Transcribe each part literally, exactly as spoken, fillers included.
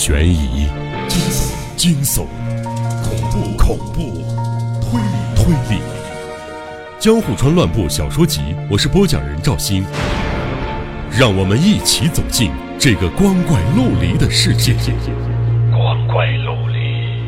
悬疑、惊悚、恐怖、恐怖、推理、推理。江户川乱步小说集，我是播讲人赵鑫。让我们一起走进这个光怪陆离的世界。光怪陆离。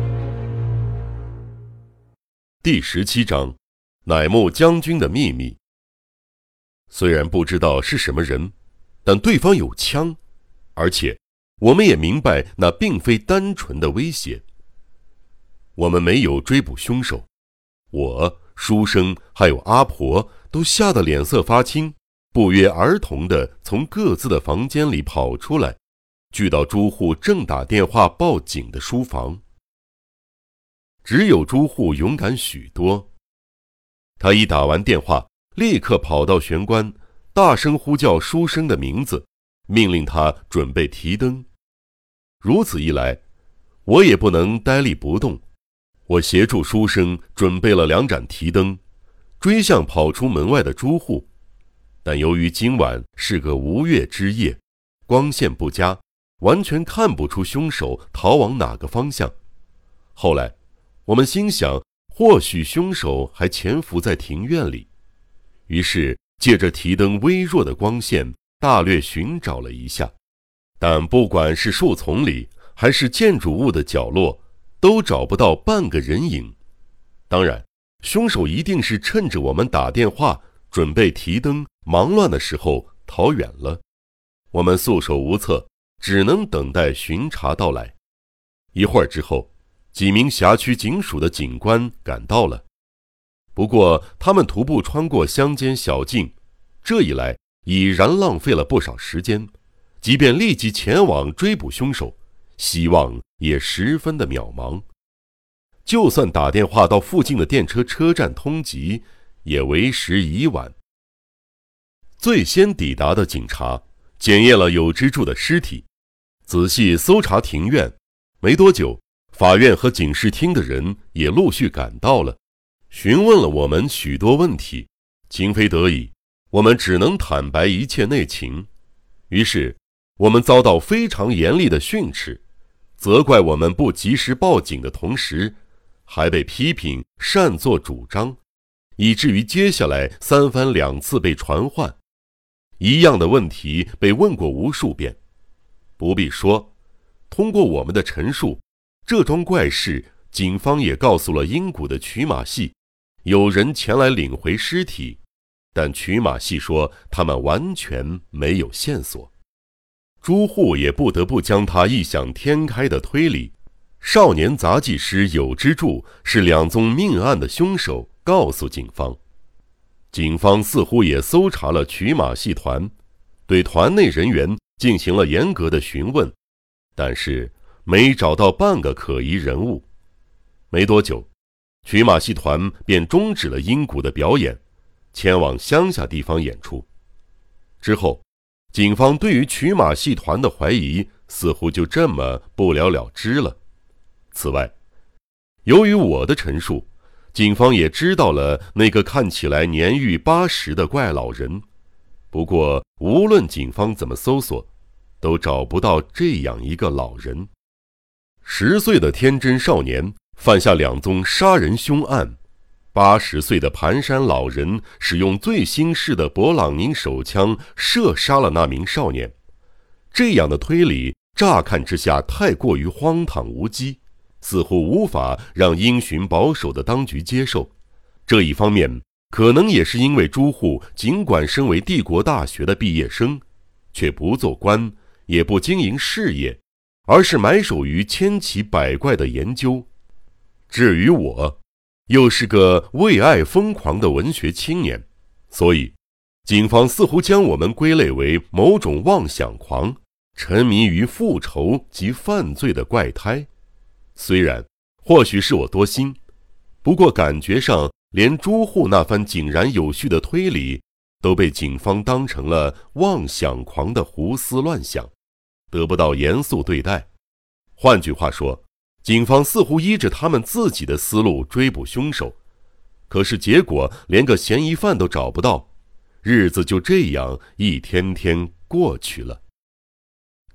第十七章，乃木将军的秘密。虽然不知道是什么人，但对方有枪，而且我们也明白那并非单纯的威胁。我们没有追捕凶手，我、书生还有阿婆都吓得脸色发青，不约而同地从各自的房间里跑出来，聚到朱户正打电话报警的书房。只有朱户勇敢许多，他一打完电话，立刻跑到玄关，大声呼叫书生的名字，命令他准备提灯。如此一来，我也不能呆立不动。我协助书生准备了两盏提灯，追向跑出门外的朱户。但由于今晚是个无月之夜，光线不佳，完全看不出凶手逃往哪个方向。后来我们心想，或许凶手还潜伏在庭院里，于是借着提灯微弱的光线，大略寻找了一下，但不管是树丛里还是建筑物的角落，都找不到半个人影。当然，凶手一定是趁着我们打电话准备提灯忙乱的时候逃远了。我们束手无策，只能等待巡查到来。一会儿之后，几名辖区警署的警官赶到了，不过他们徒步穿过乡间小径，这一来已然浪费了不少时间，即便立即前往追捕凶手，希望也十分的渺茫。就算打电话到附近的电车车站通缉，也为时已晚。最先抵达的警察检验了有之助的尸体，仔细搜查庭院。没多久，法院和警视厅的人也陆续赶到了，询问了我们许多问题。情非得已，我们只能坦白一切内情。于是我们遭到非常严厉的训斥，责怪我们不及时报警的同时，还被批评擅作主张，以至于接下来三番两次被传唤。一样的问题被问过无数遍。不必说，通过我们的陈述，这桩怪事警方也告诉了英谷的取马系，有人前来领回尸体，但取马系说他们完全没有线索。朱户也不得不将他异想天开的推理，少年杂技师有之助是两宗命案的凶手，告诉警方。警方似乎也搜查了取马戏团，对团内人员进行了严格的询问，但是没找到半个可疑人物。没多久，取马戏团便终止了英谷的表演，前往乡下地方演出。之后，警方对于取马戏团的怀疑似乎就这么不了了之了。此外，由于我的陈述，警方也知道了那个看起来年逾八十的怪老人。不过无论警方怎么搜索，都找不到这样一个老人。十岁的天真少年犯下两宗杀人凶案，八十岁的蹒跚老人使用最新式的勃朗宁手枪射杀了那名少年。这样的推理乍看之下太过于荒唐无稽，似乎无法让因循保守的当局接受。这一方面可能也是因为朱户尽管身为帝国大学的毕业生，却不做官，也不经营事业，而是埋首于千奇百怪的研究。至于我，又是个为爱疯狂的文学青年，所以警方似乎将我们归类为某种妄想狂，沉迷于复仇及犯罪的怪胎。虽然或许是我多心，不过感觉上连朱户那番井然有序的推理都被警方当成了妄想狂的胡思乱想，得不到严肃对待。换句话说，警方似乎依着他们自己的思路追捕凶手，可是结果连个嫌疑犯都找不到，日子就这样一天天过去了。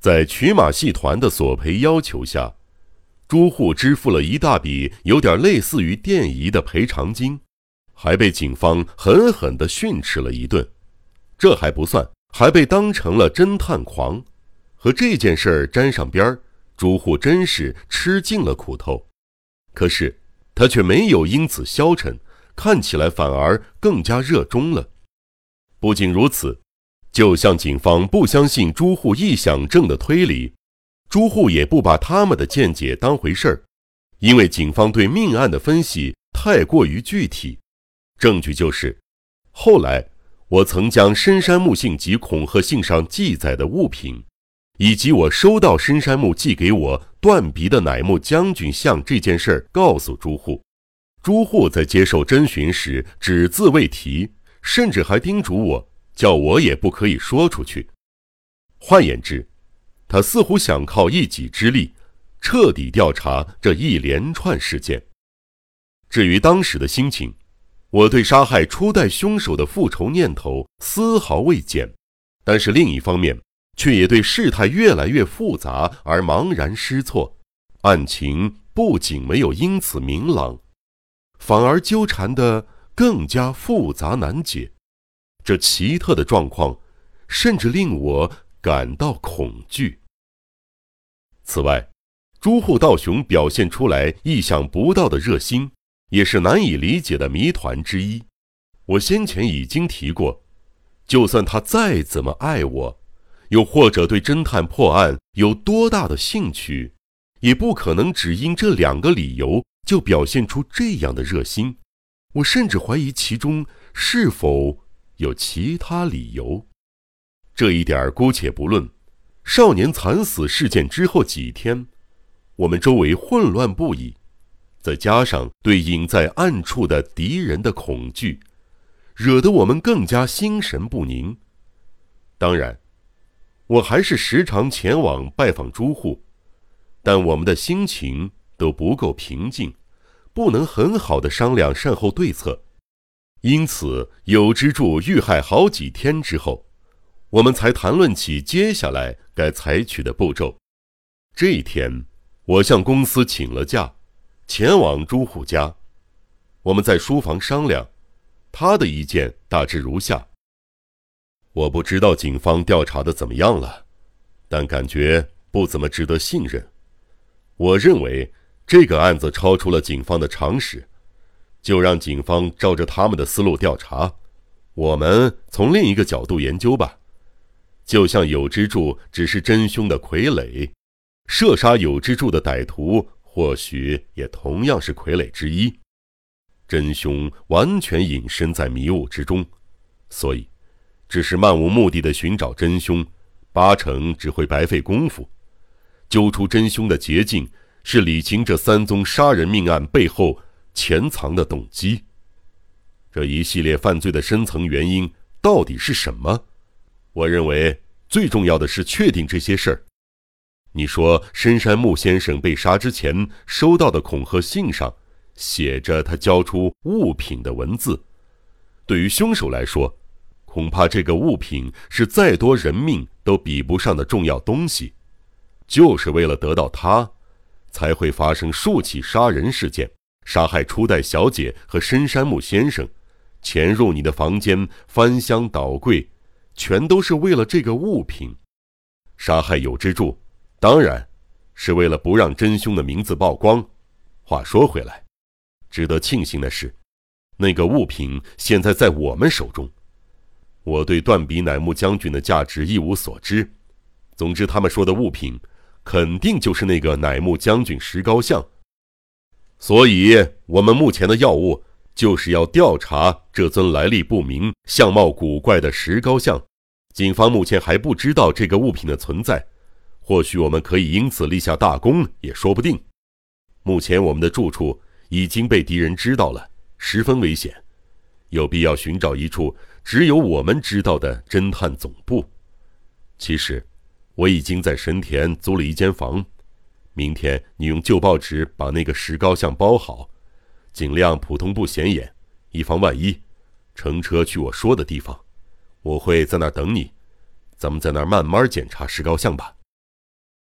在曲马戏团的索赔要求下，朱户支付了一大笔有点类似于电仪的赔偿金，还被警方狠狠地训斥了一顿。这还不算，还被当成了侦探狂。和这件事儿沾上边儿，朱户真是吃尽了苦头。可是他却没有因此消沉，看起来反而更加热衷了。不仅如此，就像警方不相信朱户臆想症的推理，朱户也不把他们的见解当回事儿，因为警方对命案的分析太过于具体。证据就是后来我曾将深山木信及恐吓信上记载的物品，以及我收到深山木寄给我断鼻的乃木将军像这件事告诉朱户。朱户在接受侦询时只字未提，甚至还叮嘱我，叫我也不可以说出去。换言之，他似乎想靠一己之力彻底调查这一连串事件。至于当时的心情，我对杀害初代凶手的复仇念头丝毫未减，但是另一方面却也对事态越来越复杂而茫然失措，案情不仅没有因此明朗，反而纠缠得更加复杂难解。这奇特的状况甚至令我感到恐惧。此外，朱户道雄表现出来意想不到的热心，也是难以理解的谜团之一。我先前已经提过，就算他再怎么爱我，又或者对侦探破案有多大的兴趣，也不可能只因这两个理由就表现出这样的热心。我甚至怀疑其中是否有其他理由。这一点姑且不论，少年惨死事件之后几天，我们周围混乱不已，再加上对隐在暗处的敌人的恐惧，惹得我们更加心神不宁。当然，我还是时常前往拜访朱户，但我们的心情都不够平静，不能很好的商量善后对策。因此，有之助遇害好几天之后，我们才谈论起接下来该采取的步骤。这一天，我向公司请了假，前往朱户家。我们在书房商量，他的意见大致如下：我不知道警方调查的怎么样了，但感觉不怎么值得信任。我认为这个案子超出了警方的常识，就让警方照着他们的思路调查，我们从另一个角度研究吧。就像有之助只是真凶的傀儡，射杀有之助的歹徒或许也同样是傀儡之一。真凶完全隐身在迷雾之中，所以只是漫无目的的寻找真凶，八成只会白费功夫。揪出真凶的捷径是理清这三宗杀人命案背后潜藏的动机。这一系列犯罪的深层原因到底是什么？我认为最重要的是确定这些事儿。你说深山木先生被杀之前收到的恐吓信上写着他交出物品的文字，对于凶手来说，恐怕这个物品是再多人命都比不上的重要东西。就是为了得到它，才会发生数起杀人事件，杀害初代小姐和深山木先生，潜入你的房间，翻箱倒柜，全都是为了这个物品。杀害有之助，当然是为了不让真凶的名字曝光。话说回来，值得庆幸的是，那个物品现在在我们手中。我对断鼻乃木将军的价值一无所知，总之他们说的物品肯定就是那个乃木将军石膏像。所以我们目前的要务就是要调查这尊来历不明、相貌古怪的石膏像。警方目前还不知道这个物品的存在，或许我们可以因此立下大功也说不定。目前我们的住处已经被敌人知道了，十分危险，有必要寻找一处只有我们知道的侦探总部。其实我已经在神田租了一间房，明天你用旧报纸把那个石膏像包好，尽量普通不显眼，以防万一。乘车去我说的地方，我会在那儿等你，咱们在那儿慢慢检查石膏像吧。